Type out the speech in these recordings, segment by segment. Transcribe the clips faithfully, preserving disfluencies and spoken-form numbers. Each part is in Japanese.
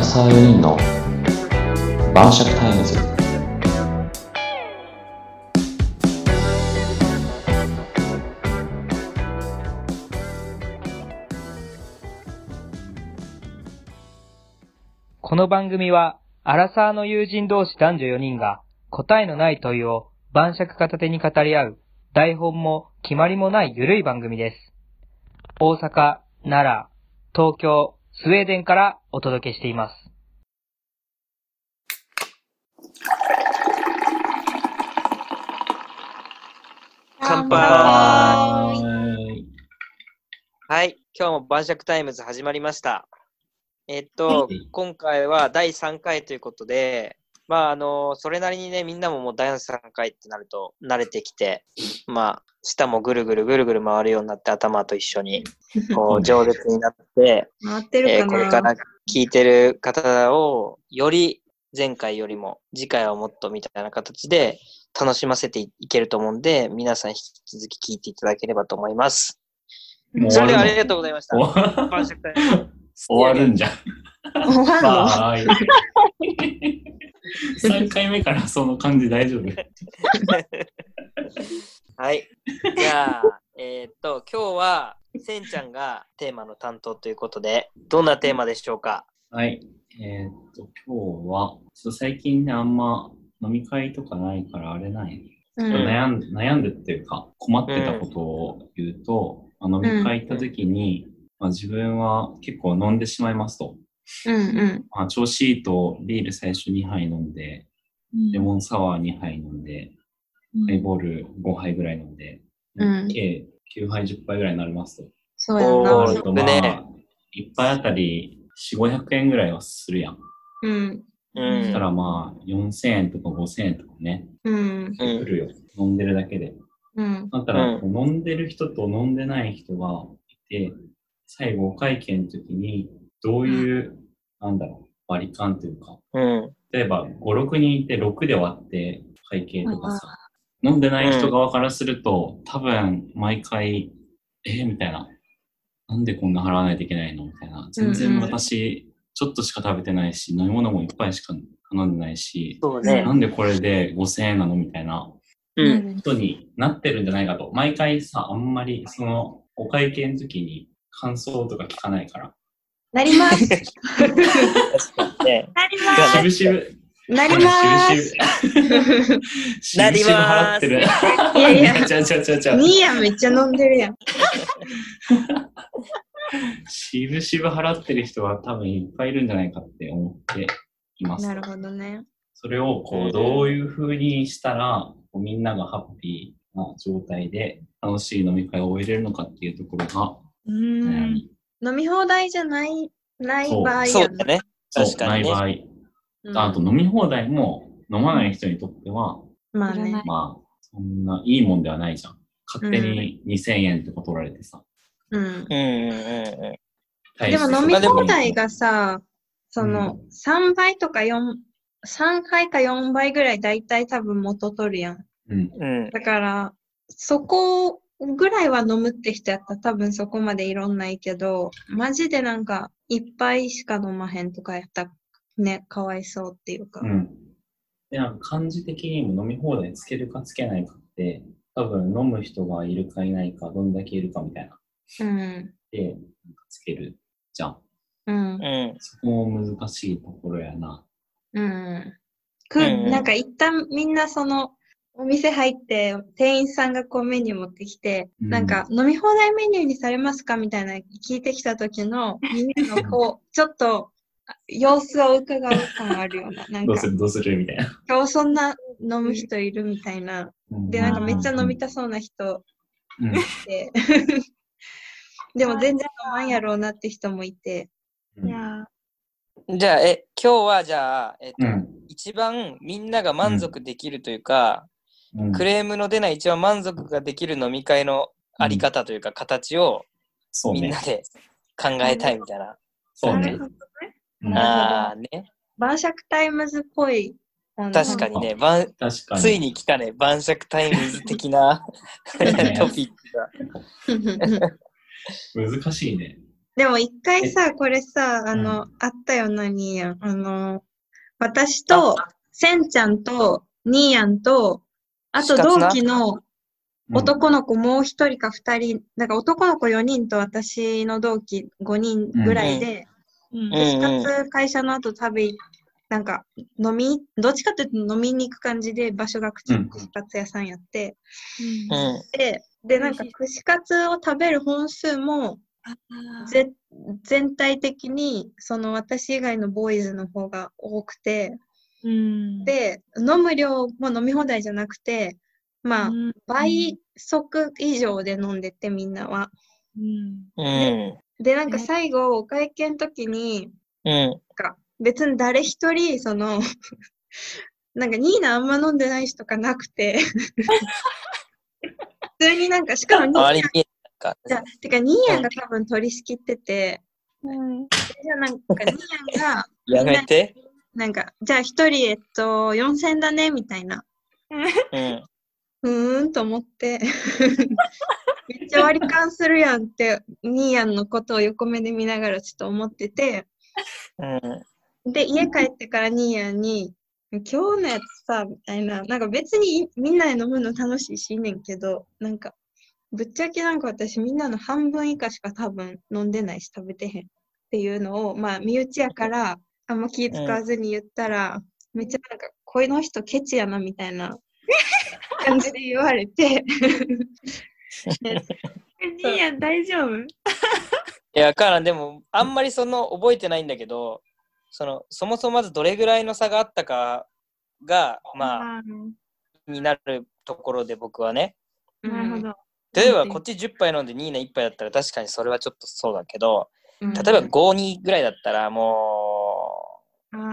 サーよにんの晩酌タイムズ。 この番組はアラサーの友人同士男女よにんが答えのない問いを晩酌片手に語り合う、台本も決まりもないゆるい番組です。大阪、奈良、東京、スウェーデンからお届けしています。 乾杯。はい、今日も晩酌タイムズ始まりました。えっと、はい、今回はだいさんかいということで、まああのそれなりにね、みんなももうだいさんかいってなると慣れてきて、まあ舌もぐるぐるぐるぐる回るようになって、頭と一緒にこう饒舌になって回ってるかな、 えー、これから聞いてる方をより前回よりも次回はもっとみたいな形で楽しませていけると思うんで、皆さん引き続き聞いていただければと思います。それではありがとうございました。 終わるんじゃん。 終わるの、 はい。さんかいめからその感じ大丈夫？ はい。じゃあ、えー、っと、今日はせんちゃんがテーマの担当ということで、どんなテーマでしょうか？ はい。えー、っと、今日は、最近ね、あんま飲み会とかないからあれない、うん、悩ん、悩んでっていうか、困ってたことを言うと、うん、飲み会行った時に、うんまあ、自分は結構飲んでしまいますと。 うんうんまあ、調子いいとビール最初にはい飲んで、うん、レモンサワーにはい飲んで、うん、ハイボールごはいぐらい飲んで、うん、計きゅうはいじゅっぱいぐらいになりますと。 そうやな。 なるとまあ、いっぱいあたりよんひゃくごひゃくえんぐらいはするやん。 うん。 そしたらまあ、よんせんえんとかごせんえんとかね。 うん。 来るよ。飲んでるだけで。 うん。 だから、うん、飲んでる人と飲んでない人がいて、最後お会計の時にどういう、うん、なんだろう、割り勘というか、 うん、 例えばご、ろくにんいてろくで割って会計とかさ、飲んでない人側からすると、多分毎回、えー、みたいな、なんでこんな払わないといけないのみたいな、全然私、ちょっとしか食べてないし、飲み物もいっぱいしか頼んでないし、 そうね、 なんでこれでごせんえんなのみたいな、 うん、 人になってるんじゃないかと。毎回さ、あんまりそのお会計の時に感想とか聞かないから。 なります。 確かにね。 なります。 しぶしぶ。 なります。 しぶしぶ払ってる。 いやいや。 ちゃうちゃうちゃうちゃう。 兄やんめっちゃ飲んでるやん。 しぶしぶ払ってる人は多分いっぱいいるんじゃないかって思っています。 なるほどね。 それをこうどういう風にしたらこうみんながハッピーな状態で楽しい飲み会を終えれるのかっていうところが悩み。飲み放題じゃないない場合やな。 そうだね。確かにね。 ない場合。うん、あと飲み放題も飲まない人にとっては、 まあね。 まあそんないいもんではないじゃん。勝手ににせんえんとか取られてさ。 うん。 うんうんうん。 でも飲み放題がさ、その、うん、さんばいとかよん、さんばいかよんばいぐらいだいたい多分元取るやん。 うん。 だから、そこぐらいは飲むって人やったら多分そこまでいろんないけど、マジでなんかいっぱいしか飲まへんとかやったらね、かわいそうっていうか。 うん。で、なんか漢字的にも飲み放題つけるかつけないかって、多分飲む人がいるかいないか、どんだけいるかみたいな。 うん。 で、なんかつけるじゃん。 うん。 そこも難しいところやな。 うん。く、うん、なんか一旦みんなその、お店入って店員さんがこうメニュー持ってきて、うん、なんか飲み放題メニューにされますかみたいな聞いてきた時のみんなのこうちょっと様子を伺う感あるような。なんかどうするどうするみたいな。 今日そんな飲む人いるみたいな。うん、で、なんかめっちゃ飲みたそうな人いて、うん、でも全然飲まんやろうなって人もいて。 うん、いやじゃあ、え、今日はじゃあ、えっと、うん、一番みんなが満足できるというか、うん、クレームの出ない一番満足ができる飲み会のあり方というか、形をみんなで考えたいみたいな。 そうね。 なるほどね。ああね。 晩酌タイムズっぽい。 確かにね、晩確かについに来たね、晩酌タイムズ的なトピックが。 難しいね。 でも一回さ、これさ、あの、うん、あったよな、ニーヤン。あの、私と、センちゃんと、ニーヤンと、あと同期の男の子もう一人か二人、だから男の子よにんと私の同期ごにんぐらいで、 うん串カツ会社の後食べ、なんか飲み、どっちかというと飲みに行く感じで場所が串カツ屋さんやって、 うん、 で、で、なんか串カツを食べる本数も、ぜ全体的にその私以外のボーイズの方が多くて、 うん、 で、飲む量も飲み放題じゃなくて、まあ、うん、倍速以上で飲んでてみんなは。 うん、 で、でなんか最後、お会計の時に、 うん、 なんか別に誰一人、その、なんかニーナあんま飲んでない人がなくて、普通になんか、しかもニーヤン、 かてかニーヤンが多分取り仕切ってて、うん、じゃあなんかニーヤンが、 やめて。 なんか、じゃあ一人、えっと、よんせんだね、みたいな。 うん。 うーんと思って、めっちゃ割り勘するやんって、ニーヤンのことを横目で見ながらちょっと思ってて、 うん、 で、家帰ってからニーヤンに、今日のやつさ、みたいな、なんか別にみんなで飲むの楽しいしいいねんけど、なんか、ぶっちゃけなんか私みんなの半分以下しか多分飲んでないし食べてへんっていうのを、まあ身内やからあんま気使わずに言ったら、うん、めっちゃなんか、この人ケチやなみたいな感じで言われて。 ニーヤン大丈夫？いや、からん、でもあんまりその覚えてないんだけど、そのそもそもまずどれぐらいの差があったかがまあになるところで僕はね。 なるほど。 例えばこっちじゅっぱい飲んでニーナいっぱいだったら確かにそれはちょっとそうだけど、うん、例えばごにぐらいだったらもう、うん、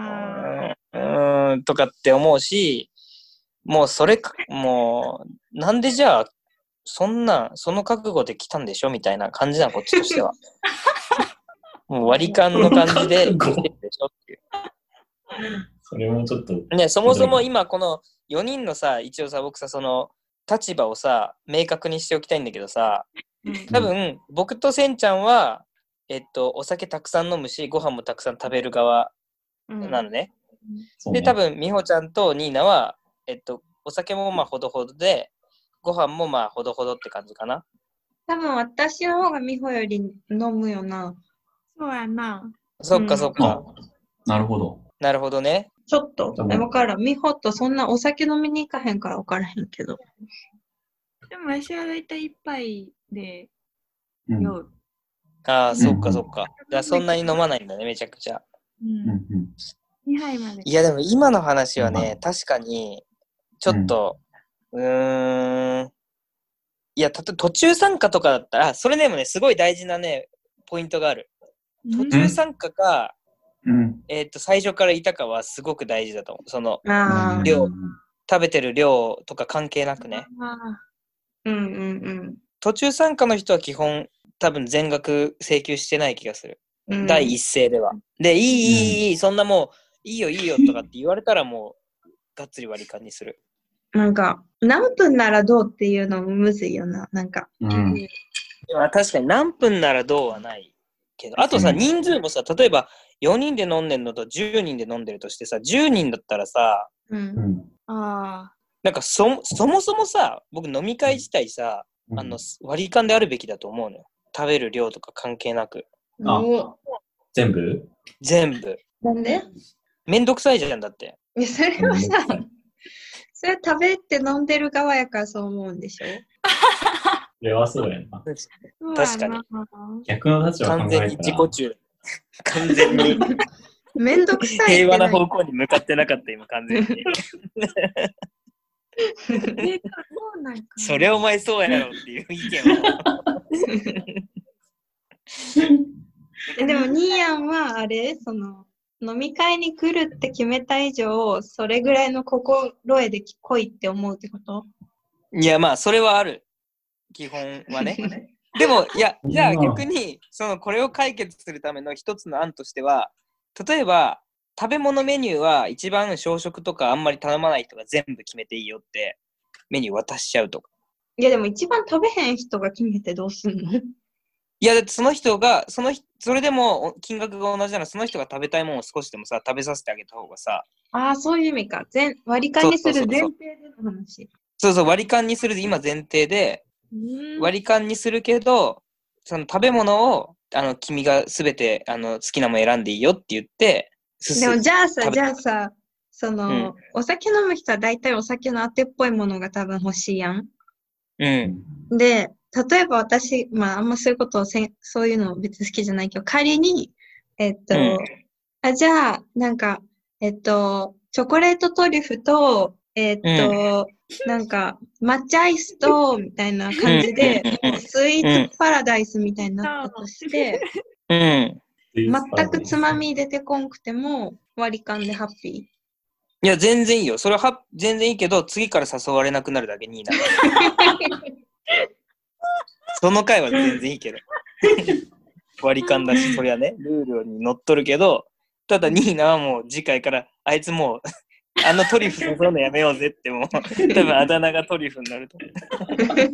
うーんとかって思うし、もうそれか、もうなんでじゃあそんなその覚悟で来たんでしょみたいな感じなのこっちとしては。もう割り勘の感じで来てるでしょっていう。 それもちょっとね、そもそも今このよにんのさ、一応さ僕さその立場をさ明確にしておきたいんだけどさ、多分、うん、僕とせんちゃんはえっとお酒たくさん飲むしご飯もたくさん食べる側なのね。うん、で多分美穂ちゃんとニーナはえっとお酒もまあほどほどでご飯もまあほどほどって感じかな。 多分私の方が美穂より飲むよな。 そうやな。 そっかそっか。 うん、なるほど。 なるほどね。 ちょっと分からん。美穂とそんなお酒飲みに行かへんから分からへんけど。 でも私はだいたい一杯で酔う。 うん、 ああ、そっかそっか。だそんなに飲まないんだね、めちゃくちゃ。 うん。にはいまで。 いやでも今の話はね、確かにちょっと、うん、うーん。いや、たと途中参加とかだったら、それでもね、すごい大事なね、ポイントがある。途中参加か、うん、えっと、最初からいたかはすごく大事だと思う。その、量、食べてる量とか関係なくね。 うんうんうん。 途中参加の人は基本、多分全額請求してない気がする。うん、第一声では。で、いい、いい、いい、そんなもう、いいよ、いいよとかって言われたらもう、がっつり割り勘にする。 なんか、何分ならどうっていうのもむずいよな、なんか。 うん、いや確かに何分ならどうはないけど、あとさ、人数もさ、例えばよにんで飲んでるのとじゅうにんで飲んでるとしてさ、じゅうにんだったらさ、 うん、 あなんかそ、そもそもさ、僕飲み会自体さ、うん、あの割り勘であるべきだと思うのよ。食べる量とか関係なく。 あ、全部全部。 なんでめんどくさいじゃんだって。 いや、それはさ、それ食べて飲んでる側やからそう思うんでしょ。 それはそうやな。 確かに。 逆の立場考えたら。 完全に自己中。完全に。 めんどくさい。 平和な方向に向かってなかった、今、完全に。それお前そうやろっていう意見を。でも、ニーヤンはあれその、飲み会に来るって決めた以上、それぐらいの心得で来いって思うってこと？ いや、まあ、それはある。基本はね。でも、いや、じゃあ逆に、その、これを解決するための一つの案としては、例えば、食べ物メニューは一番小食とかあんまり頼まない人が全部決めていいよってメニュー渡しちゃうとか。 いや、でも一番食べへん人が決めてどうすんの？ いや、だってその人が、その人、それでも金額が同じなら、その人が食べたいものを少しでもさ、食べさせてあげた方がさ、 ああ、そういう意味か。全割り勘にする前提での話。 そうそう、割り勘にするで今前提で、 うん割り勘にするけど、その食べ物を、あの、君がすべて、あの、好きなもの選んでいいよって言って、すでもじゃあさ、 食べじゃあさ、その、 うんお酒飲む人は大体お酒のあてっぽいものが多分欲しいやん。 うん。 で、例えば私、まああんまそういうことをせん、そういうの別に好きじゃないけど、仮に、えっと、 うんあ、じゃあ、なんか、えっと、チョコレートトリュフと、えっと、なんか、抹茶アイスと、みたいな感じで、 うんもうスイーツパラダイスみたいになったとして、 うん。 全くつまみ出てこんくても割り勘でハッピー。 いや、全然いいよ。それは全然いいけど、次から誘われなくなるだけにいいな。その回は全然いいけど。割り勘だし、そりゃね、ルールにのっとるけど、ただニーナはもう次回から、あいつもう、あのトリュフ誘うのやめようぜってもう、多分あだ名がトリュフになると思確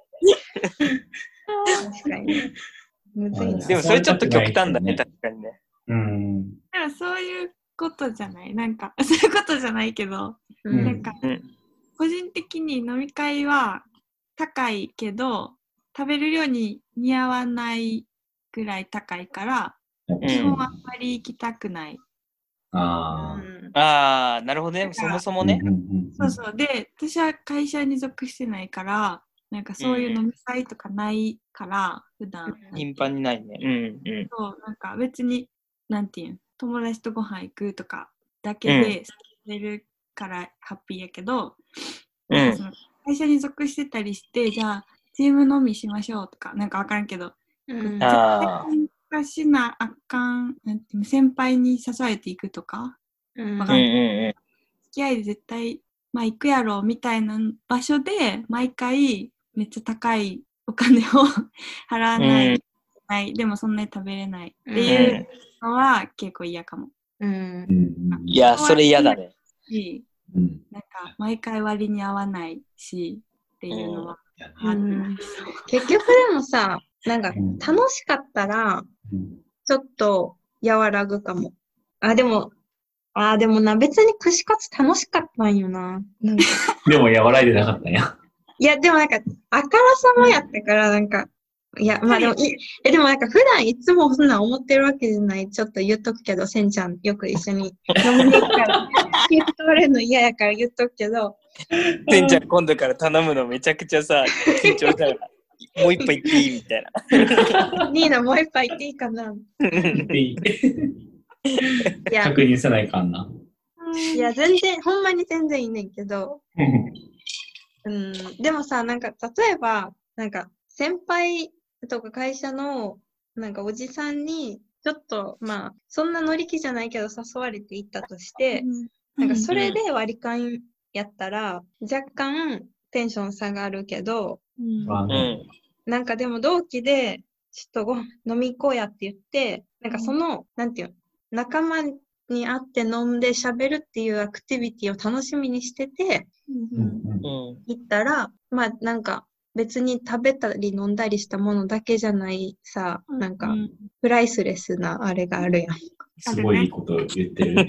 かにね。むずいな。 う。でもそれちょっと極端だね、確かにね。 うん。 でもそういうことじゃないなんか、そういうことじゃないけど、 うんなんか、 うん。 個人的に飲み会は高いけど、食べる量に似合わないぐらい高いから、 ん基本あんまり行きたくない。 ああ。 うんああ、なるほどね。そもそもね。 うんうんうんそうそう。で、私は会社に属してないから、なんかそういう飲み会とかないから、普段。 頻繁にないね。うんうん。 そう、なんか別に、なんていうん、友達とご飯行くとかだけうんで出るからハッピーやけど、 うんなんかその会社に属してたりして、じゃあチーム飲みしましょうとか、なんかわからんけど、 うんああ。 参加しなあかん、なんていうの先輩に誘われていくとか、 うんうんうん付き合いで絶対、まあ行くやろみたいな場所で、毎回めっちゃ高いお金を払わない、 うんないでもそんなに食べれないってうん。 いうのは結構嫌かも。 うんうんうんいや、それ嫌だね。 し、 うん。 なんか毎回割に合わないしっていうのはうある。 ん結局でもさ、なんかうん楽しかったらうんちょっと和らぐかも。あ、でも、あ、でもな、別に串カツ楽しかったんよな。なんかでも和らいでなかったんや。 いや、でもなんか、あからさまやったから、なんか、いや、まあでもいい、え、でもなんか普段いつもそんなん思ってるわけじゃない。ちょっと言っとくけど、せんちゃんよく一緒に飲みに行くから、言っとれるの嫌やから言っとくけど、 てんちゃん今度から頼むのめちゃくちゃさ、緊張したから、もう一杯いっていいみたいな。 ニーナもう一杯言っていいかな。 いいや、 確認せないかんな。 いや、全然、ほんまに全然いいねんけど、うん、でもさ、なんか、例えば、なんか、先輩とか会社の、なんか、おじさんに、ちょっと、まあ、そんな乗り気じゃないけど誘われて行ったとして、なんか、それで割り勘やったら、若干テンション下がるけど、 うんうまあねん。 なんかでも同期で、ちょっとご飲み行こうやって言って、なんかその、なんていうの、仲間に会って飲んで喋るっていうアクティビティを楽しみにしてて、 うんうんうん。 行ったら、まあなんか別に食べたり飲んだりしたものだけじゃないさ、なんかうんプライスレスなあれがあるやん。 すごいいいこと言ってる。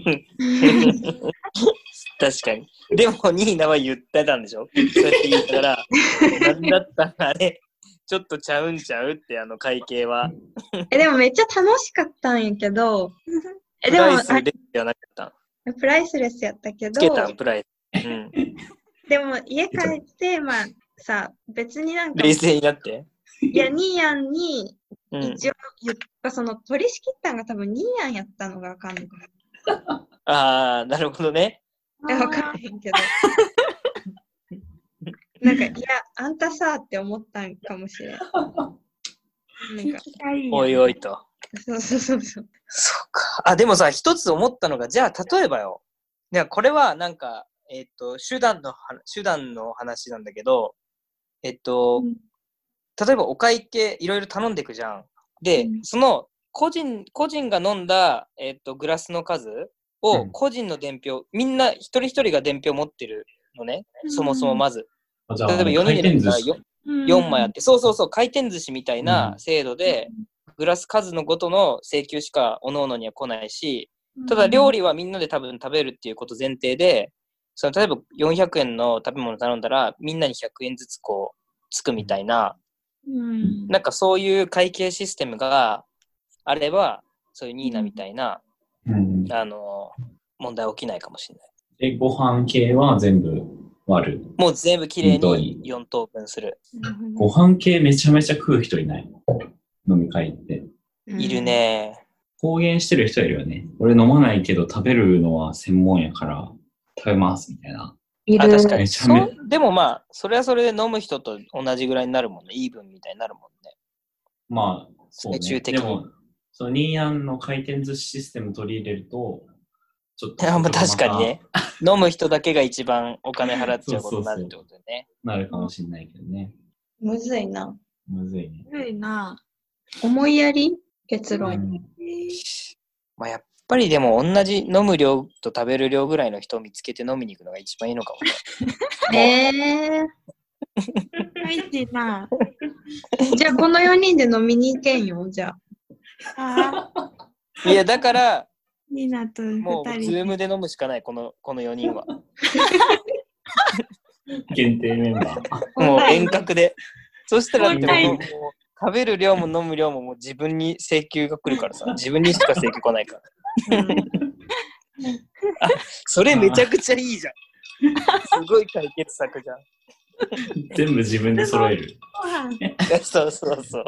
確かに。でも、ニーナは言ってたんでしょそうやって言ったから、なんだったらあれ、ちょっとちゃうんちゃうって、あの会計は。 え、でもめっちゃ楽しかったんやけど、え、 プでもライスレスではなかったん。 あプライスレスやったけどつけ、たん、プライス。うん。 でも家帰って、まあさ、別になんか、 冷静になって。 いや、ニーヤンにうん。 一応言った、その取り仕切ったんが多分ニーヤンやったのがわかんないかああ、なるほどね。 ら。わかんないけど。なんか、いや、あんたさって思ったんかもしれん。なんか、 おいおいと。 そうそうそうそう。 そうか。あ、でもさ、一つ思ったのが、じゃあ、例えばよ。いや、これはなんか、えっと、手段のは、手段の話なんだけど、えっと、 うん例えばお会計いろいろ頼んでいくじゃん。で、 うんその個人、個人が飲んだ、えっと、グラスの数うをん個人の伝票、みんな一人一人が伝票持ってるのね。そもそもまず。 あじゃあ、 例えばよにんで飲んだら回転寿司よよんまいあって、そうそうそう、回転寿司みたいな制度で、グラス数のごとの請求しか各々には来ないし、ただ料理はみんなで多分食べるっていうこと前提で、その例えばよんひゃくえんの食べ物頼んだら、みんなにひゃくえんずつこう、つくみたいな、 うん、 なんかそういう会計システムがあれば、そういうニーナみたいな、 うん、 あの、問題起きないかもしれない。 で、ご飯系は全部割る。 もう全部きれいによん等分する。 ご飯系めちゃめちゃ食う人いない？飲み会って。 いるね。 公言してる人いるよね。俺飲まないけど食べるのは専門やから食べますみたいな。 いる。 あ、確かに。 めちゃめそでもまあ、それはそれで飲む人と同じぐらいになるもんね。イーブンみたいになるもんね。 まあ、そうね。 最終的にでも、そのニーヤンの回転寿司システム取り入れると、ちょっと。 いや、まあ確かにね。飲む人だけが一番お金払っちゃうことになるってことでね。 なるかもしれないけどね。 むずいな。 むずいね。 むずいな。 思いやり結論。 うん、 まあやっぱりでも同じ飲む量と食べる量ぐらいの人を見つけて飲みに行くのが一番いいのかもね。 えー、 入ってな。 じゃあこのよにんで飲みに行けんよ、じゃあ。 あいや、だから、 ニーナともう、 二人。 ズームで飲むしかない、この、このよにんは。 限定メンバー。 もう遠隔で。そしたらだってもう、 はいもう食べる量も飲む量ももう自分に請求が来るからさ、自分にしか請求来ないから。あ、それめちゃくちゃいいじゃん。すごい解決策じゃん。 全部自分で揃える。 ご飯。 そうそうそう。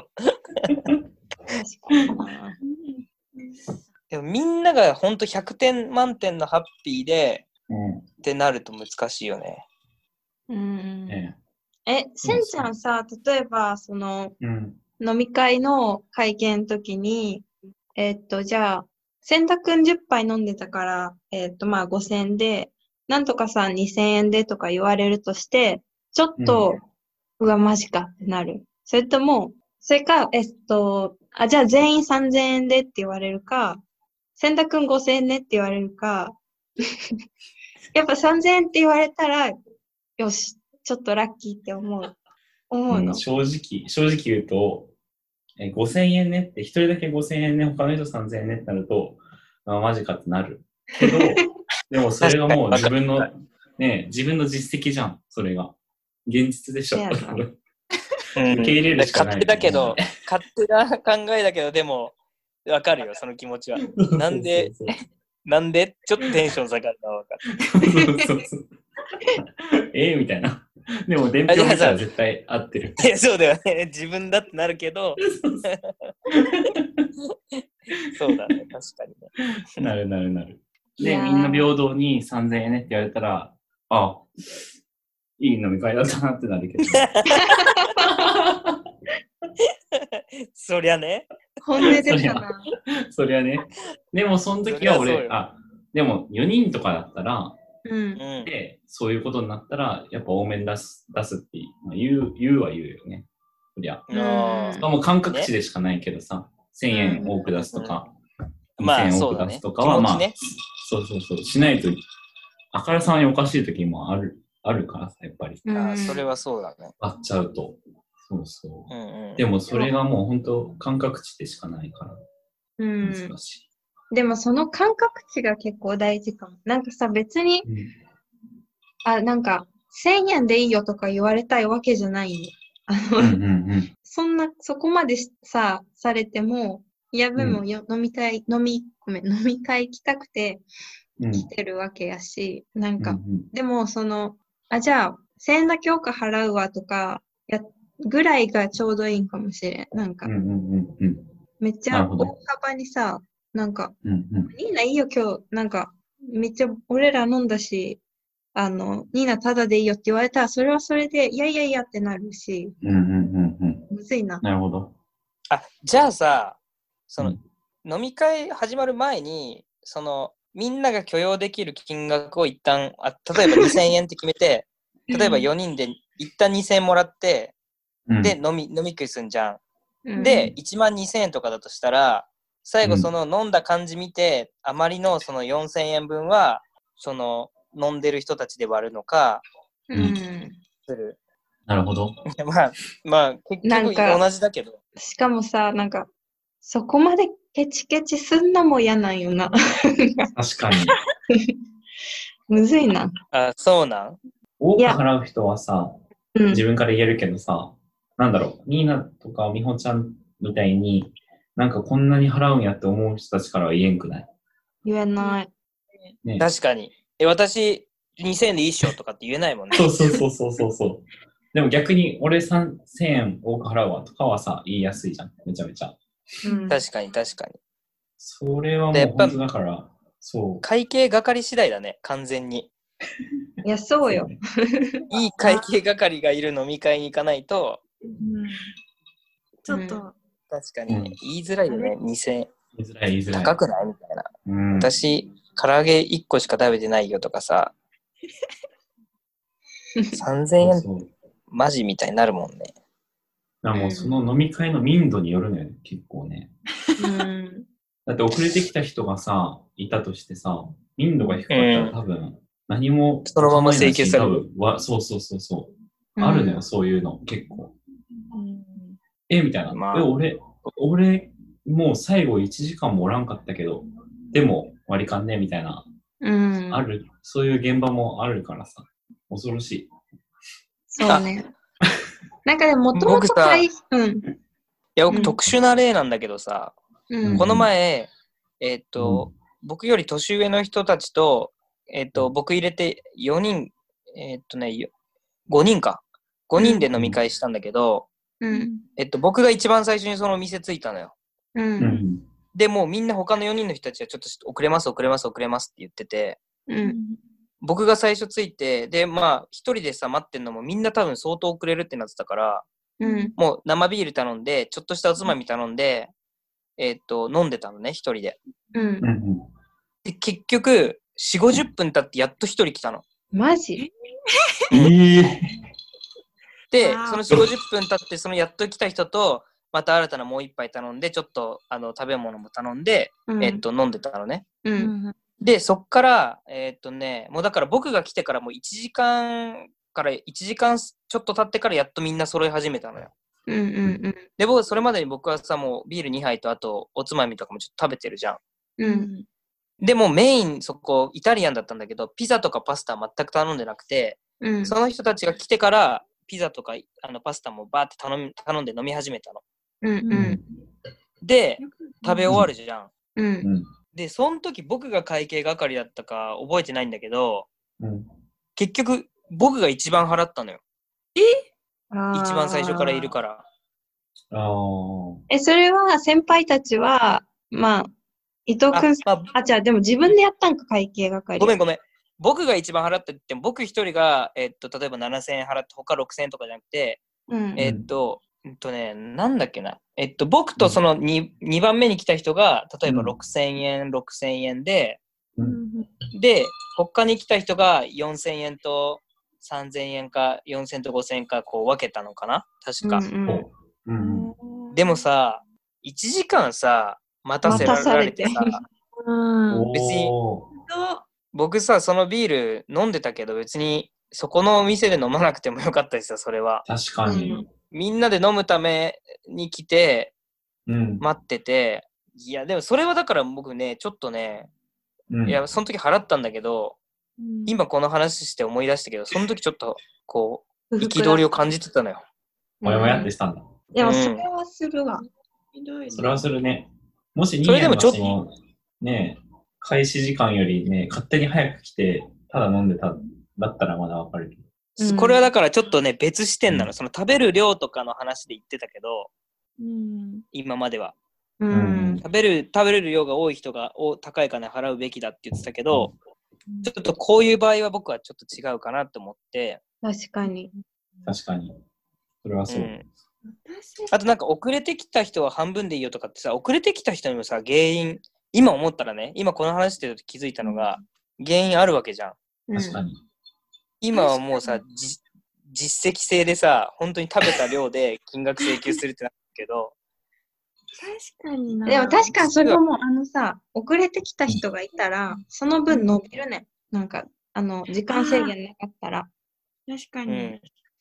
でもみんながほんとひゃくてん満点のハッピーで、 うん。 ってなると難しいよね。 うんねえ、せんちゃんさ、例えば、その、 うん。 飲み会の会見の時に、えっと、じゃあ、千田くんじゅっぱい飲んでたから、えっと、まあごせんえんで、なんとかさんにせんえんでとか言われるとして、ちょっと、うわ、マジかってなる。それとも、それか、えっと、あ、じゃあ全員さんぜんえんでって言われるか、千田くんごせんえんねって言われるか、やっぱさんぜんえんって言われたら、よし、ちょっとラッキーって思う。思うの。 うん、正直、正直言うと、えごせんえんねって、一人だけごせんえんね、他の人さんぜんえんねってなると、あ、マジかってなる。けど、でもそれがもう自分の、ね、自分の実績じゃん、それが。現実でしょ。 せやな受受け入れるしかない。 勝手だけど、勝手な考えだけど、でも、わかるよ、その気持ちは。なんで、 そうそうなんでちょっとテンション下がるのはわかる。 そうそうそうえーみたいな。でも、伝票見たら絶対合ってる。 いや、そうだよね。自分だってなるけど、そうだね、確かにね。 なるなるなる。で、 いやーみんな平等にさんぜんえんねって言われたら、あ、いい飲み会だったなってなるけど。 そりゃね。 本音出たな。 そりゃね。でも、その時は俺、 そりゃそうよあ、でもよにんとかだったら、 うん。 うん。 で、そういうことになったら、やっぱ多めに出す、出すって、まあ、言う、言うは言うよね。そりゃ。 あしかも感覚値でしかないけどさ、せんえん多く出すとか、 まあにせんえん多く出すとかは、まあ、 そうだねそうそうそう、しないと、あからさまにおかしい時もある、あるからさ、やっぱり。 うんーあー、それはそうだね。 割っちゃうと。そうそう。 うんうん。 でもそれがもう本当感覚値でしかないからうん。 難しい。 でもその感覚値が結構大事かも。なんかさ、別に、 うんあ、なんか、せんえんでいいよとか言われたいわけじゃないの。あの、 うんうんうんそんな、そこまでしさ、されても、いや、でもよ、飲みたい、飲み、ごめん、飲み会行きたくてうん来てるわけやし、なんか、 うんうんでも、その、あ、じゃあ、せんえんだけ多く払うわとか、や、ぐらいがちょうどいいんかもしれん。なんかうん、うんうんうんめっちゃなるほど大幅にさ、なんか、 うんうんニーナいいよ今日、なんか、めっちゃ俺ら飲んだし、あの、ニーナタダでいいよって言われたら、それはそれで、いやいやいやってなるし、 うんうんうんうんむずいな。 なるほど。 あ、じゃあさ、その、 うん飲み会始まる前に、その、みんなが許容できる金額を一旦、あ例えばにせんえんって決めて、例えばよにんで一旦にせんえんもらって、 うんで、飲み、飲み食いすんじゃうんん。で、いちまんにせんえんとかだとしたら、最後その飲んだ感じ見て、あまりのそのよんせんえんぶんは、その、飲んでる人たちで割るのか、 うん。 する。 なるほど。 まあ、まあ、結局なんか同じだけど。 しかもさ、なんか、そこまでケチケチすんのも嫌なんよな。 確かに。 むずいな。 あ、そうなん。 多くいや払う人はさ、 うん。 自分から言えるけどさ、なんだろう、ニーナとか美穂ちゃんみたいに、なんかこんなに払うんやって思う人たちからは言えんくない？ 言えない。 ね。 確かに。え、私、にせんえんでいいっしょとかって言えないもんね。 そうそうそうそうそうそう。でも逆に俺さんぜんえん多く払うわとかはさ、言いやすいじゃん。めちゃめちゃ。 うん。 確かに確かに。 それはでやっぱもう本当だから、そう。 会計係次第だね、完全に。 いや、そうよ。 いい会計係がいる飲み会に行かないと、 うん、ちょっと、 確かに、 うん言いづらいよね、にせんえん。 言いづらい言いづらい。 高くないみたいな。 うん、 私、唐揚げいっこしか食べてないよとかさ、さんぜんえんそうそう。 マジみたいになるもんね。 だからもうその飲み会の民度によるのよね、結構ね。 うん。 だって遅れてきた人がさ、いたとしてさ、民度が低かったら多分、何もそのまま請求される多分わそうそうそうそう。あるのよ、そういうの、結構。 うん、 え、みたいな。 まあえ、俺、俺、もう最後いちじかんもおらんかったけど、でも割り勘ね、みたいな、 うん。 ある、そういう現場もあるからさ、恐ろしい。 そうね。なんかでも、もとも僕さと会、うん。 いや、僕うん特殊な例なんだけどさ、 うん。 この前、えーっと、僕より年上の人たちと、えーっと、僕入れてよにん、えーっとね、よごにんか。ごにんで飲み会したんだけど、 うん。 えっと、僕が一番最初にその店着いたのよ。 う。 うんん。 で、もうみんな他のよにんの人たちはちょっと遅れます遅れます遅れますって言ってて、 うん。 僕が最初着いて、で、まあ、一人でさ、待ってんのもみんな多分相当遅れるってなってたから、 うん。 もう生ビール頼んで、ちょっとしたおつまみ頼んで、えっと、飲んでたのね、一人で。 うんう。ん。 で、結局、よんじゅう、ごじゅっぷん経ってやっと一人来たの。 マジええで、 わーそのよんじゅう、ごじゅっぷん経って、そのやっと来た人と、また新たなもう一杯頼んで、ちょっと、あの、食べ物も頼んで、 うん。 えっと、飲んでたのね。 う。 うんん、 で、そっから、えっとね、もうだから僕が来てからもういちじかんからいちじかんちょっと経ってからやっとみんな揃い始めたのよ。 うん。うん。 で、僕、それまでに僕はさ、もうビールにはいと、あと、おつまみとかもちょっと食べてるじゃん。 う。 うんん、 でもメイン、そこ、イタリアンだったんだけど、ピザとかパスタは全く頼んでなくて、 うん。 その人たちが来てから、ピザとかあのパスタもバーって頼み頼んで飲み始めたの。 うん。うん。 で、食べ終わるじゃん。 う。 うんん。 で、その時僕が会計係だったか覚えてないんだけど、 うん。 結局、僕が一番払ったのよ。一番最初からいるから。 ああ。 え、それは先輩たちは、まあ、伊藤あくん、 まあ、 あ、じゃあでも自分でやったんか、会計係。 ごめんごめん。僕が一番払ったって言っても、僕一人が、えっと、例えばななせんえん払って、他ろくせんえんとかじゃなくて、 うん。 えっと、えっとね、なんだっけな。えっと、僕とその 2, 2番目に来た人が、例えばうんろくせんえん、ろくせんえんで、 うん。 で、他に来た人がよんせんえんとさんぜんえんか、よんせんとごせんえんか、こう分けたのかな確か。 うんうんうん。 でもさ、いちじかんさ、待たせられてさ、 待たさうん、 別におーと、 僕さ、そのビール飲んでたけど、別にそこのお店で飲まなくてもよかったですよ、それは。 確かに。 みんなで飲むために来て、 うん。 待ってて、いや、でもそれはだから僕ね、ちょっとね、 うん。 いや、その時払ったんだけど、今この話して思い出したけど、その時ちょっと、こう、憤りを感じてたのよ。 もやもやってしたんだ。 でもそれはするわ。 ひどいねそれはするね。もしそれでもちょっとニーヤがそのね、開始時間よりね、勝手に早く来て、ただ飲んでた、だったらまだわかるけど。 うんこれはだからちょっとね、別視点なの。 うんその食べる量とかの話で言ってたけど、 うん、 今までは。 ううんん。 食べる、食べれる量が多い人がお高い金払うべきだって言ってたけど、ちょっとこういう場合は僕はちょっと違うかなと思って、 確かに。 確かに。それはそうう。 ん。あとなんか遅れてきた人は半分でいいよとかってさ、遅れてきた人にもさ、原因、今思ったらね、今この話してると気づいたのが、原因あるわけじゃん。 うん確かに。 今はもうさ、じ実績制でさ、本当に食べた量で金額請求するってなるけど、 確かにな。 でも確かにそれはもうあのさ、遅れてきた人がいたら、その分伸びるね。なんか、あの、時間制限なかったら。 確かに。 うん。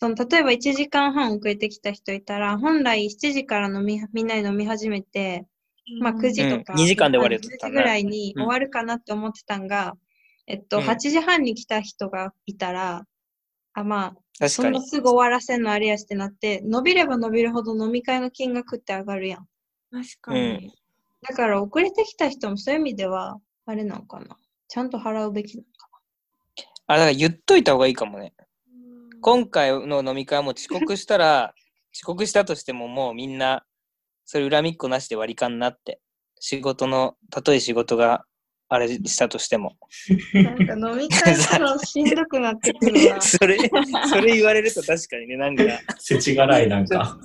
その例えばいちじかんはん遅れてきた人いたら、本来しちじから飲みみんなで飲み始めて、まあくじとか、 うんにじかんで終わるよじゅうじぐらいに終わるかなって思ってたんが、えっと、 うんはちじはんに来た人がいたら、あ、まあ、 確かにそんな。すぐ終わらせんのあれやしってなって、伸びれば伸びるほど飲み会の金額って上がるやん。 確かに。 だから遅れてきた人もそういう意味では、あれなのかな。ちゃんと払うべきなのかあ、だから言っといた方がいいかもね。 うん今回の飲み会も遅刻したら、遅刻したとしてももうみんな、それ恨みっこなしで割り勘になって。仕事の、たとえ仕事があれしたとしても。 な。なんか飲み会するのしんどくなってくるな。 それ、それ言われると確かにね、なんか、 せちがらいなんか。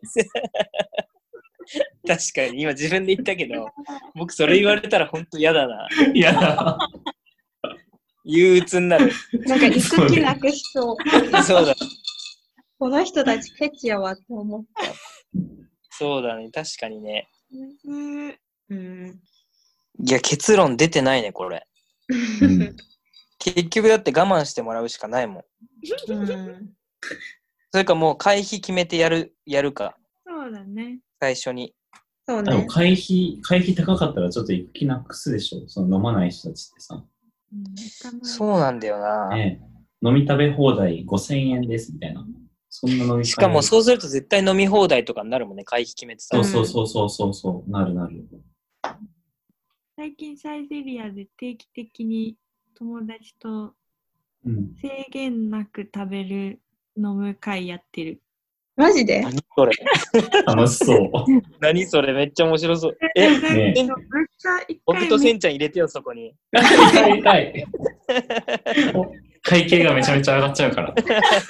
確かに今自分で言ったけど、僕それ言われたら本当嫌だな。 いや、 憂鬱になる。 なんか行く気なくしそう。 そうだ、 この人たちケチやわって思った。 そうだね、確かにね。 むずうん。 いや、結論出てないね、これ。 うん結局だって我慢してもらうしかないもん。 うん。 それかもう会費決めてやる、やるか、 そうだね。 最初に。 そうね。 でも会費、会費高かったらちょっと行く気なくすでしょ。その飲まない人たちってさ。 うん、行かないそうなんだよな。 ねえ、飲み食べ放題ごせんえんですみたいな。そんな飲み会しかもそうすると絶対飲み放題とかになるもんね、会費決めてたら。 そうそうそうそうそうそう、なるなる。 最近サイゼリアで定期的に友達とうん。 制限なく食べる飲む会やってる。 マジで何それ楽しそう。 何それめっちゃ面白そう。え、 なんかねめっちゃ一僕と回めせんちゃん入れてよ、そこに。 やりたい。会計がめちゃめちゃ上がっちゃうから。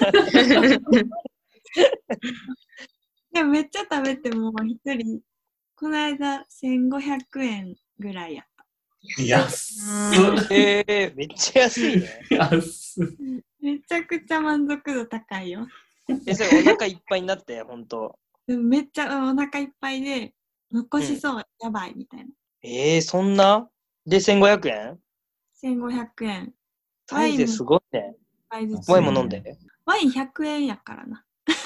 でもめっちゃ食べても一人この間せんごひゃくえんぐらいやった。 安っ。 えー、めっちゃ安いね。 安っ。 めちゃくちゃ満足度高いよ。 え、それお腹いっぱいになって、ほんと。 でもめっちゃうんお腹いっぱいで残しそう、やばいみたいな。 えー、そんなで、せんごひゃくえんせんごひゃくえん。 サイゼすごいね。 ワインずつワインも飲んで。 ワインひゃくえんやからな。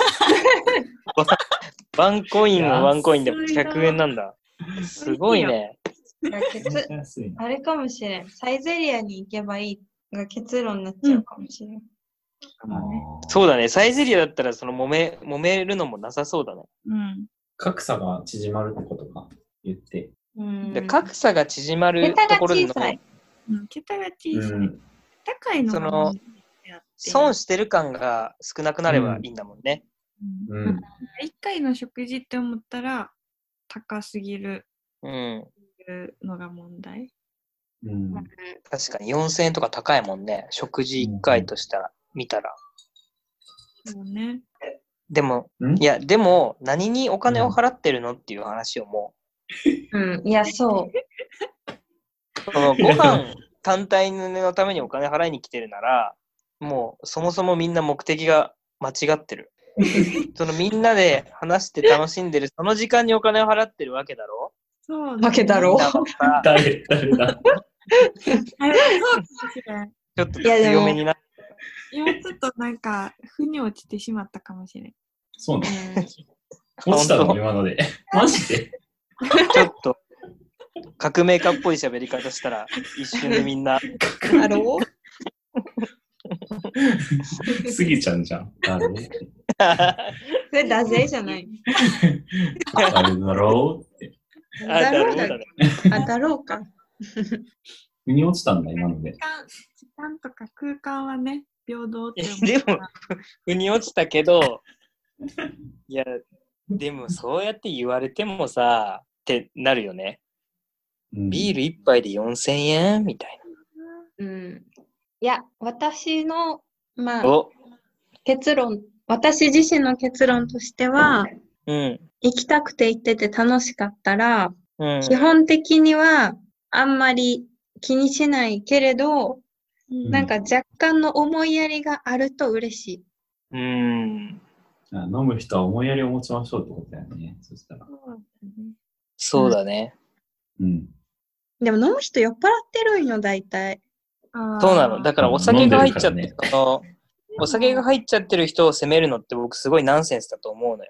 ワンコインはワンコインで安いなひゃくえんなんだ。すごいね。 いやケツ安いな。 あれかもしれん。サイゼリアに行けばいいが結論になっちゃうかもしれん。 あーそうだね。サイゼリアだったらその揉め、揉めるのもなさそうだね。 うん。 格差が縮まるってことか言って。 うんで格差が縮まる桁がところでの小さい。 うん、桁がう小さい。 ん。 高いのがその問題であって損してる感が少なくなればいいんだもんね。 うんうん。 一回の食事って思ったら高すぎるうん。 のが問題。 うん。 確かによんせんえんとか高いもんね。食事いっかいとしたら、見たら。 そうね。 でも、 んいや、でも、何にお金を払ってるのっていう話をもうん。いや、そう。 う、そのご飯単体のためにお金払いに来てるなら、もうそもそもみんな目的が間違ってる。そのみんなで話して楽しんでる、その時間にお金を払ってるわけだろそうわけだろう。 だから誰、誰だ。 あれそうかもしれん。 ちょっといやでも強めになって。 今ちょっとなんか、腑に落ちてしまったかもしれん。 そうね。 うん落ちたの本当今ので。マジで。 ちょっと革命家っぽい喋り方したら、一瞬でみんな、 だろうすぎちゃんじゃん。誰それ、だぜじゃない。 誰だろうって。 あ、 だろうだだろうだね。 あ、だろうか。 腑に落ちたんだ、今ので時。間、時間とか空間はね、平等って思うでもから。、 腑に落ちたけど、いや、でもそうやって言われてもさ、ってなるよね。 うんビール一杯でよんせんえんみたいうん。いや、私の、まな。 あ、 お、 結論、私自身の結論としては、 うん、 行きたくて行ってて楽しかったら、 うん。 基本的にはあんまり気にしないけれど、 うんなんか若干の思いやりがあると嬉しい。 うん。 あ飲む人は思いやりを持ちましょうってことだよね。そしたら。 そうだね。 そうだね。 うん。 でも飲む人酔っ払ってるんよ、大体。 あーそうなの。だからお酒が入っちゃって、その、 お酒が入っちゃってる人を責めるのって僕すごいナンセンスだと思うのよ。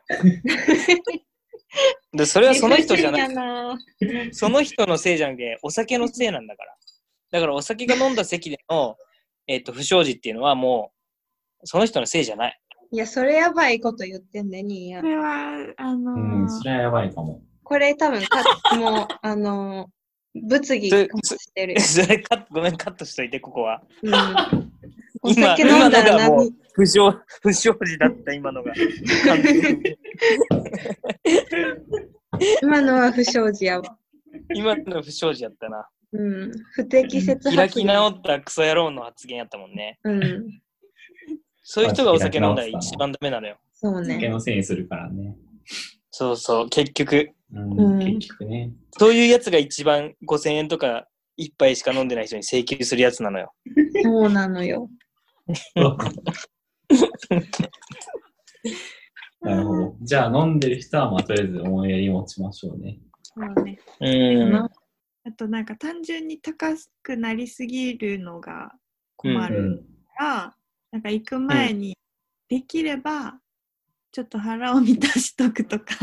で、それはその人じゃなくて、その人のせいじゃなくて、お酒のせいなんだから。だからお酒が飲んだ席での、えっと、不祥事っていうのはもう、その人のせいじゃない。 いや、それやばいこと言ってんね、ニーヤこ。れは、あのー、 うん、それはやばいかも。 これ多分か、もう、あのー、物議かもしてるよ。 それカット、ごめん、カットしといて、ここは。 うん、お今、 酒飲今のんだらがもう何、 不祥、不祥事だった、今のが。完全に今のは不祥事やわ。 今の不祥事やったな。 うん、不適切発言。 開き直ったクソ野郎の発言やったもんね。 うん、 そういう人がお酒飲んだら一番ダメなのよ。 そうね。 酒のせいにするからね。 そうそう、結局。 うん、 うん結局ね。 そういうやつが一番ごせんえんとか一杯しか飲んでない人に請求するやつなのよ。 そうなのよ。 なるほど。じゃあ飲んでる人はまあとりあえず思いやり持ちましょうね。 そうね。 うん。 あとなんか単純に高くなりすぎるのが困うるん。 から、なんか行く前にできればちょっと腹を満たしとくとか。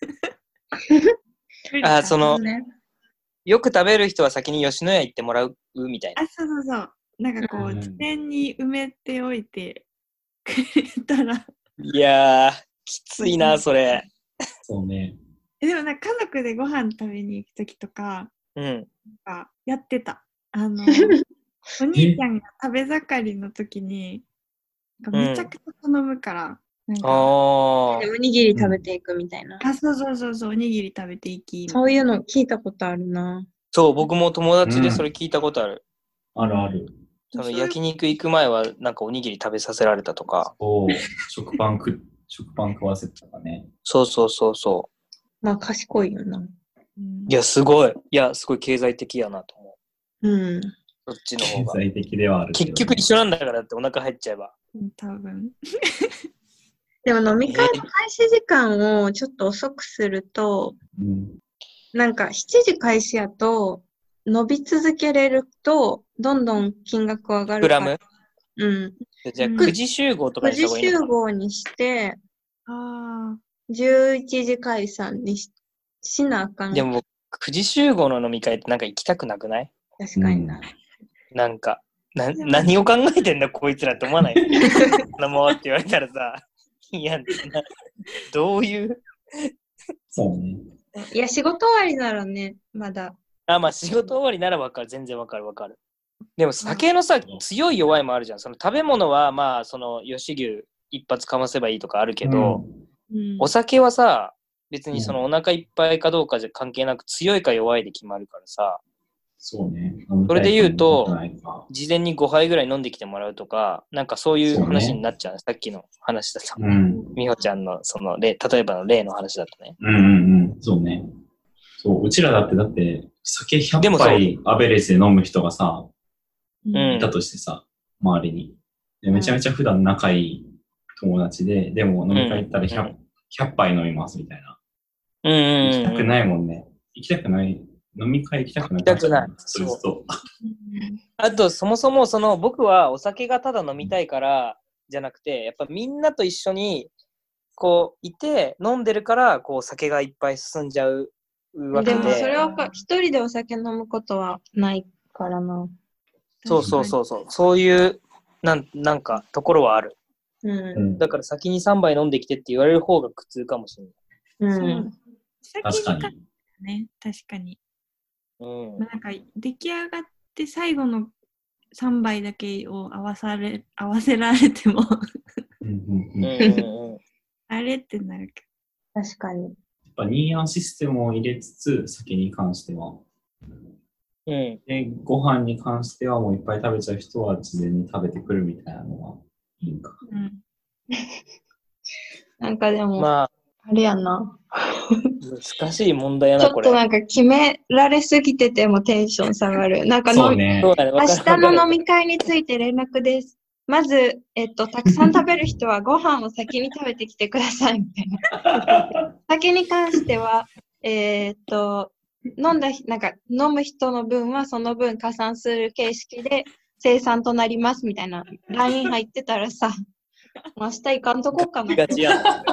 あ、その、 ね、 よく食べる人は先に吉野家行ってもらうみたいな。 あ、そうそうそう。なんかこうんう、事前に埋めておいてくれたら。 いやー、きついな、それ。 そうね。 えでもなんか家族でご飯食べに行くときとか、 うん。 なんかやってた。あの、お兄ちゃんが食べ盛りの時に、なんかめちゃくちゃ頼むから、なんか、 あおにぎり食べていくみたいな。 あ、そうそうそうそう、おにぎり食べていき。 そういうの聞いたことあるな。 そう、僕も友達でそれ聞いたことある。 あるある。 その焼肉行く前はなんかおにぎり食べさせられたとか。 そう、食パンく、食パン食わせたかね。 そうそうそうそまあ賢いよな。 うんう。いや、すごい。いや、すごい経済的やなと思う。 うん。 そっちの方が。 経済的ではあるけど結局一緒なんだからってお腹入っちゃえば。 うん多分。 でも飲み会の開始時間をちょっと遅くすると、 うん。 なんかしちじ開始やと、伸び続けれると、どんどん金額上がるから。 グラムうん。 じゃあうんくじ集合とか 9 にした方時集がいいのかな。 合にして、 あじゅういちじ解散にししなあかん。 でもくじ集合の飲み会ってなんか行きたくなくない？ 確かにな。 なんか、なでも何を考えてんだこいつらって思わないのもうって言われたらさ、いや、などういうそうね。 いや、仕事終わりならね、まだ。 あ、まあ仕事終わりならわかる。全然わかるわかる。でも酒のさ、強い弱いもあるじゃん。その食べ物はまあ、その吉牛一発かませばいいとかあるけど、 ーうんお酒はさ、別にそのお腹いっぱいかどうかじゃ関係なく強いか弱いで決まるからさ、 そうね。 それで言うと飲みたいか飲みたくないか事前にごはいぐらい飲んできてもらうとか、なんかそういうそうね話になっちゃうね。さっきの話だと。 うん。 美穂ちゃんのその例、例えばの例の話だとね。 うんうんうん。そうね。そう、うちらだって、だって、酒100 でもそう杯アベレージで飲む人がさ、 うんいたとしてさ、周りに。でめちゃめちゃ普段仲いい友達で、でも飲み会行ったら 100,、 うんひゃっぱい飲みますみたいな。 うんうんうん。 行きたくないもんね。行きたくない。飲み会行きたくない。 行きたくないそいつと。 あと、そもそもその僕はお酒がただ飲みたいからじゃなくて、やっぱみんなと一緒にこういて飲んでるからこう酒がいっぱい進んじゃうわけで。 でもそれはか一人でお酒飲むことはないからな。 そうそうそうそう。そういうなんなんかところはある。 う。 うんん。 だから先にさんばい飲んできてって言われる方が苦痛かもしれない。 うん。 先確かにに買っ。たね、確かに。 うんまあ、なんか出来上がって最後のさんばいだけを合わされ合わせられてもうんうんううんん。やっうんうんあれってなるけ確かに。 ぱニーアンシステムを入れつつ、酒に関しては。 うんで、ご飯に関してはもういっぱい食べちゃう人は事前に食べてくるみたいなのはいいんか。 ど。うんなんかでも、 まああれやな。 難しい問題やちなこれ。 ょっとなんか決められすぎててもテンション下がる。なんか飲みそうねそ。うだね。わかる明日のわかる飲み会について連絡です。まず、えっと、たくさん食べる人はご飯を先に食べてきてくださいみたいな。酒に関しては、えーっと、飲んだひ、なんか飲む人の分はその分加算する形式で生産となりますみたいな ライン 入ってたらさ、 明日行かんとこかな。 がちやな。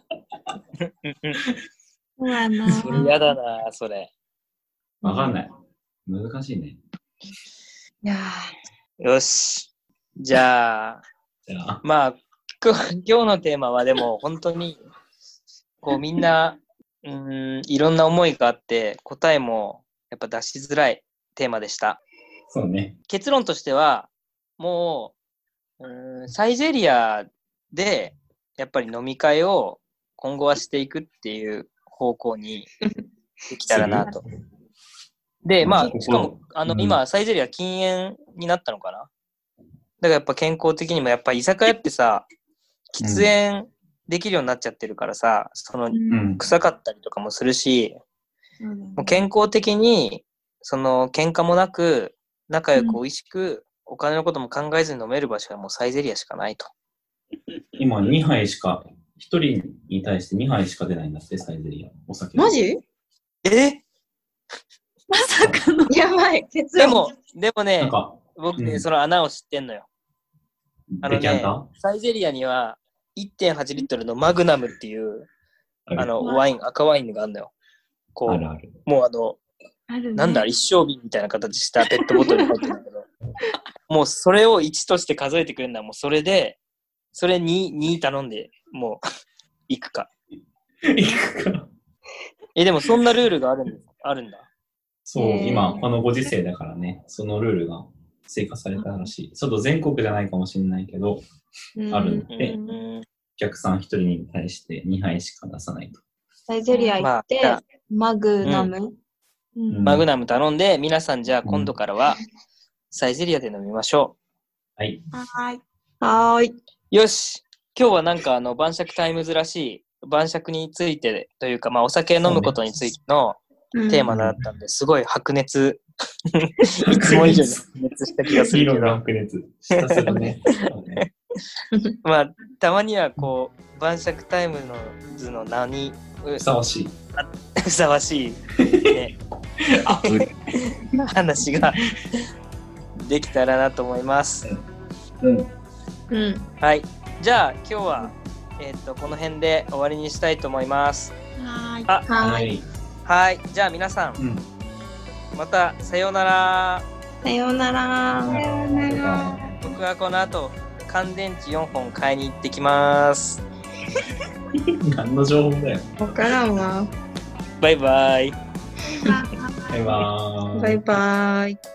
そうやな。 それやだな、それ。 わかんない。難しいね。 いやよし。じゃあ、 じゃあ、 まあ、今日今日のテーマはでも本当に、こうみんな、うーん、いろんな思いがあって、答えもやっぱ出しづらいテーマでした。 そうね。 結論としては、もう、うーん、サイゼリアで、やっぱり飲み会を今後はしていくっていう方向にできたらなと。で、まあ、しかも、あの、 うん今、サイゼリア禁煙になったのかな。だからやっぱ健康的にも、やっぱ居酒屋ってさ、喫煙できるようになっちゃってるからさ、その、 うん。 臭かったりとかもするし、 そうだねもう健康的に、その、喧嘩もなく、仲良く美味しく、お金のことも考えずに飲める場所はもうサイゼリアしかないと。 今にはいしか、ひとりに対してにはいしか出ないんだって、サイゼリア。お酒。 マジえまさかの。 やばい、結論。 でも、でもなんね、 か、 僕ね、 うんその穴を知ってんのよ。あのねデキャンタ、 サイゼリアには いってんはちリットルのマグナムっていう、 あるあの、ワイン、赤ワインがあるのよ。こう、 あるある。 もうあの、 あるね。 なんだ、一升瓶みたいな形したペットボトルに入ってるんだけど、もうそれをいちとして数えてくれるのはもうそれで、それにに頼んで、もう、行くか。 行くか。 え、でもそんなルールがあるんですあるんだ。 そう、 へー今、このご時世だからね、そのルールが追加されたらしい。ちょっと全国じゃないかもしれないけど、 うんあるうでん。 お客さんひとりに対してにはいしか出さないと。 サイゼリア行って、 まあマグナム。 うんうんマグナム頼んで、皆さんじゃあ今度からは、サイゼリアで飲みましょはい。 はい。 はーい。 う。よし今日はなんかあの、晩酌タイムズらしい、晩酌についてというか、まあお酒飲むことについてのテーマだったんで、すごい白熱、いつも以上に白熱した気がするけ議論がど、 白熱。ひたすらね。そうねまあ、たまにはこう、晩酌タイムの図の名にふさわしい。 ふさわしい、ね、 あ、 話ができたらなと思います。 うん。 うん。 はい。じゃあ今日は、えっと、この辺で終わりにしたいと思います。 はい。 あ、 はーい。 はい。 はい。じゃあ皆さん、 うん。 またさようなら。 さようなら。 さようなら。 僕はこの後、乾電池よんほん買いに行ってきます。 何の情報だよ。 わからんわ。 バイバイ。 バイバーイ。 バイバーイ。